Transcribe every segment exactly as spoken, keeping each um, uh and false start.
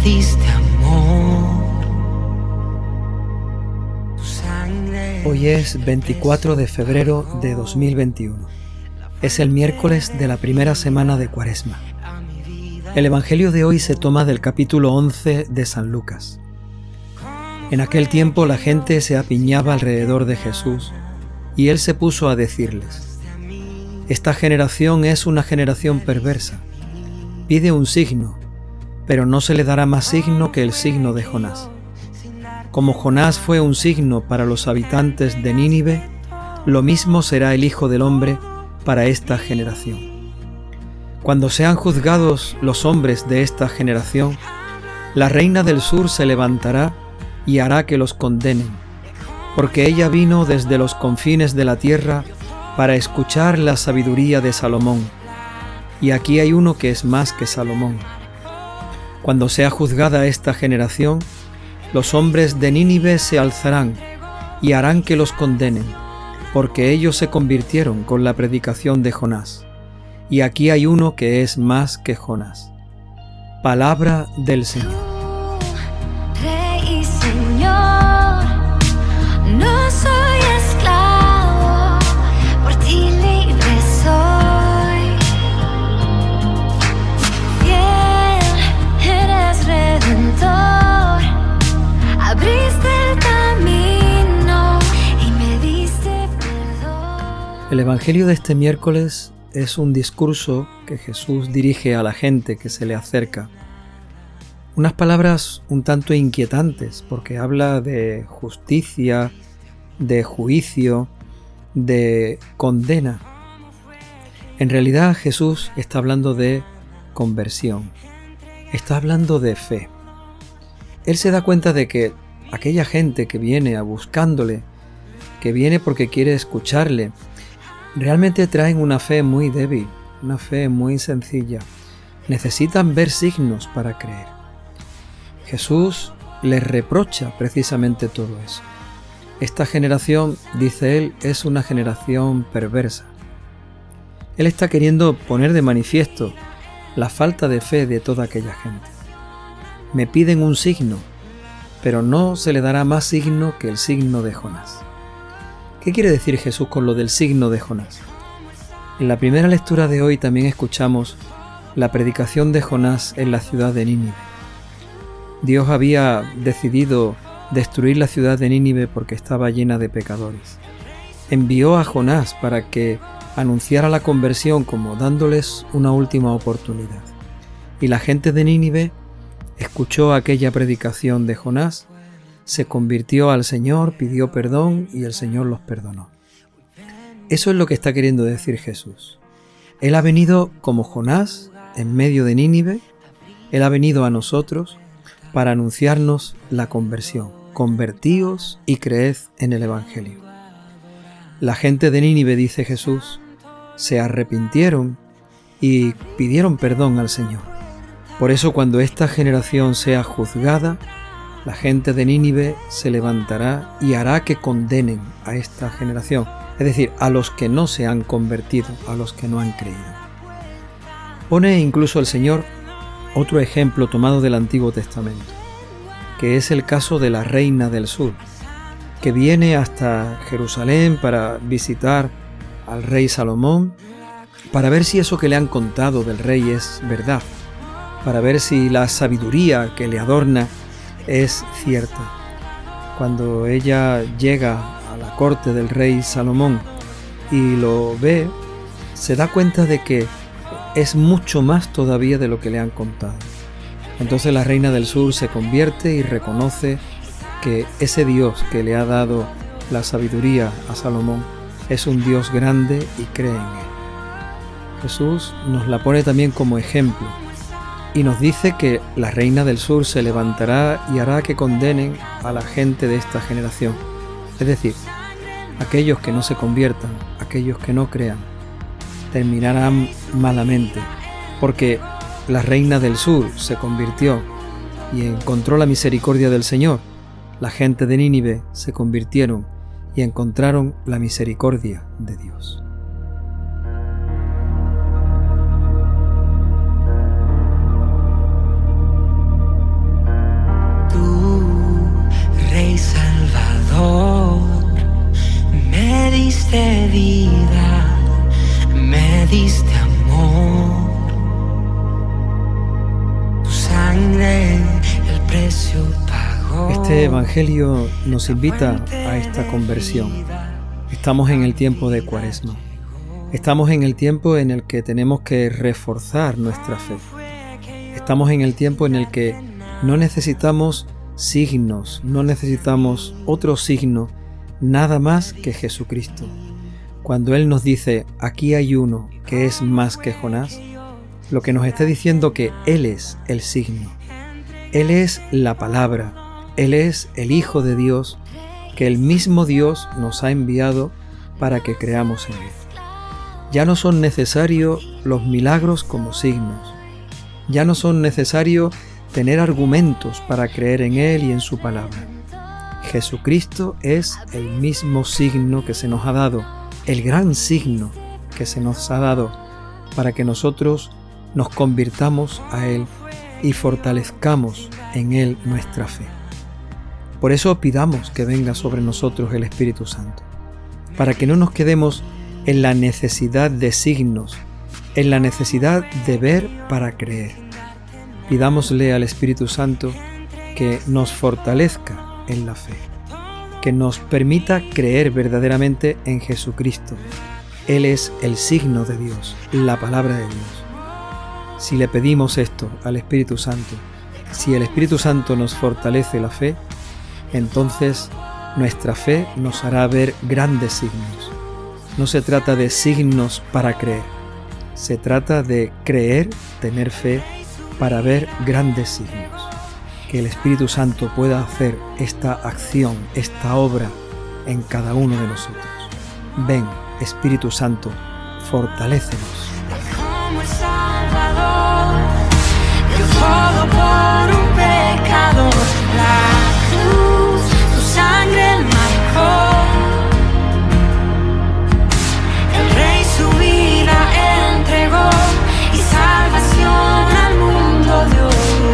diste amor. Tu sangre. Hoy es veinticuatro de febrero de dos mil veintiuno. Es el miércoles de la primera semana de Cuaresma. El Evangelio de hoy se toma del capítulo once de San Lucas. En aquel tiempo la gente se apiñaba alrededor de Jesús y él se puso a decirles: Esta generación es una generación perversa. Pide un signo, pero no se le dará más signo que el signo de Jonás. Como Jonás fue un signo para los habitantes de Nínive, lo mismo será el Hijo del Hombre para esta generación. Cuando sean juzgados los hombres de esta generación, la reina del sur se levantará y hará que los condenen, porque ella vino desde los confines de la tierra para escuchar la sabiduría de Salomón, y aquí hay uno que es más que Salomón. Cuando sea juzgada esta generación, los hombres de Nínive se alzarán y harán que los condenen, porque ellos se convirtieron con la predicación de Jonás, y aquí hay uno que es más que Jonás. Palabra del Señor. Rey y Señor, no soy esclavo, por ti libre soy. Fiel, eres redentor, abriste el camino y me diste perdón. El Evangelio de este miércoles es un discurso que Jesús dirige a la gente que se le acerca. Unas palabras un tanto inquietantes, porque habla de justicia, de juicio, de condena. En realidad Jesús está hablando de conversión, está hablando de fe. Él se da cuenta de que aquella gente que viene a buscándole, que viene porque quiere escucharle, realmente traen una fe muy débil, una fe muy sencilla. Necesitan ver signos para creer. Jesús les reprocha precisamente todo eso. Esta generación, dice él, es una generación perversa. Él está queriendo poner de manifiesto la falta de fe de toda aquella gente. Me piden un signo, pero no se le dará más signo que el signo de Jonás. ¿Qué quiere decir Jesús con lo del signo de Jonás? En la primera lectura de hoy también escuchamos la predicación de Jonás en la ciudad de Nínive. Dios había decidido destruir la ciudad de Nínive porque estaba llena de pecadores. Envió a Jonás para que anunciara la conversión, como dándoles una última oportunidad. Y la gente de Nínive escuchó aquella predicación de Jonás, se convirtió al Señor, pidió perdón y el Señor los perdonó. Eso es lo que está queriendo decir Jesús. Él ha venido como Jonás en medio de Nínive, Él ha venido a nosotros para anunciarnos la conversión. Convertíos y creed en el Evangelio. La gente de Nínive, dice Jesús, se arrepintieron y pidieron perdón al Señor. Por eso cuando esta generación sea juzgada, la gente de Nínive se levantará y hará que condenen a esta generación, es decir, a los que no se han convertido, a los que no han creído. Pone incluso el Señor otro ejemplo tomado del Antiguo Testamento, que es el caso de la reina del sur, que viene hasta Jerusalén para visitar al rey Salomón, para ver si eso que le han contado del rey es verdad, para ver si la sabiduría que le adorna es cierta. Cuando ella llega a la corte del rey Salomón y lo ve, se da cuenta de que es mucho más todavía de lo que le han contado. Entonces la reina del sur se convierte y reconoce que ese Dios que le ha dado la sabiduría a Salomón es un Dios grande y cree en él. Jesús nos la pone también como ejemplo y nos dice que la reina del sur se levantará y hará que condenen a la gente de esta generación. Es decir, aquellos que no se conviertan, aquellos que no crean, terminarán malamente, porque la reina del sur se convirtió y encontró la misericordia del Señor. La gente de Nínive se convirtieron y encontraron la misericordia de Dios. sangre el precio pagó. Este evangelio nos invita a esta conversión. Estamos en el tiempo de Cuaresma. Estamos en el tiempo en el que tenemos que reforzar nuestra fe. Estamos en el tiempo en el que no necesitamos signos, no necesitamos otro signo, nada más que Jesucristo. Cuando Él nos dice, aquí hay uno que es más que Jonás, lo que nos está diciendo que Él es el signo. Él es la palabra, Él es el Hijo de Dios, que el mismo Dios nos ha enviado para que creamos en Él. Ya no son necesarios los milagros como signos. Ya no son necesarios tener argumentos para creer en Él y en su palabra. Jesucristo es el mismo signo que se nos ha dado, el gran signo que se nos ha dado para que nosotros nos convirtamos a Él y fortalezcamos en Él nuestra fe. Por eso pidamos que venga sobre nosotros el Espíritu Santo, para que no nos quedemos en la necesidad de signos, en la necesidad de ver para creer. Pidámosle al Espíritu Santo que nos fortalezca en la fe, que nos permita creer verdaderamente en Jesucristo. Él es el signo de Dios, la palabra de Dios. Si le pedimos esto al Espíritu Santo, si el Espíritu Santo nos fortalece la fe, entonces nuestra fe nos hará ver grandes signos. No se trata de signos para creer, se trata de creer, tener fe, para ver grandes signos. Que el Espíritu Santo pueda hacer esta acción, esta obra en cada uno de nosotros. Ven, Espíritu Santo, fortalécenos. Como el Salvador, dio todo por un pecador. La cruz, su sangre marcó. El Rey su vida entregó y salvación al mundo dio.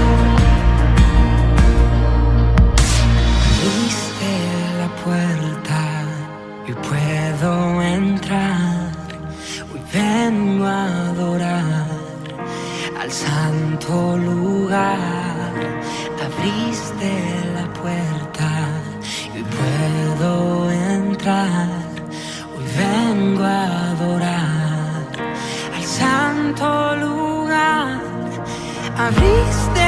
Abriste la puerta y puedo entrar. Hoy vengo a adorar al santo lugar. Abriste la puerta y puedo entrar. Hoy vengo a adorar al santo lugar. Abriste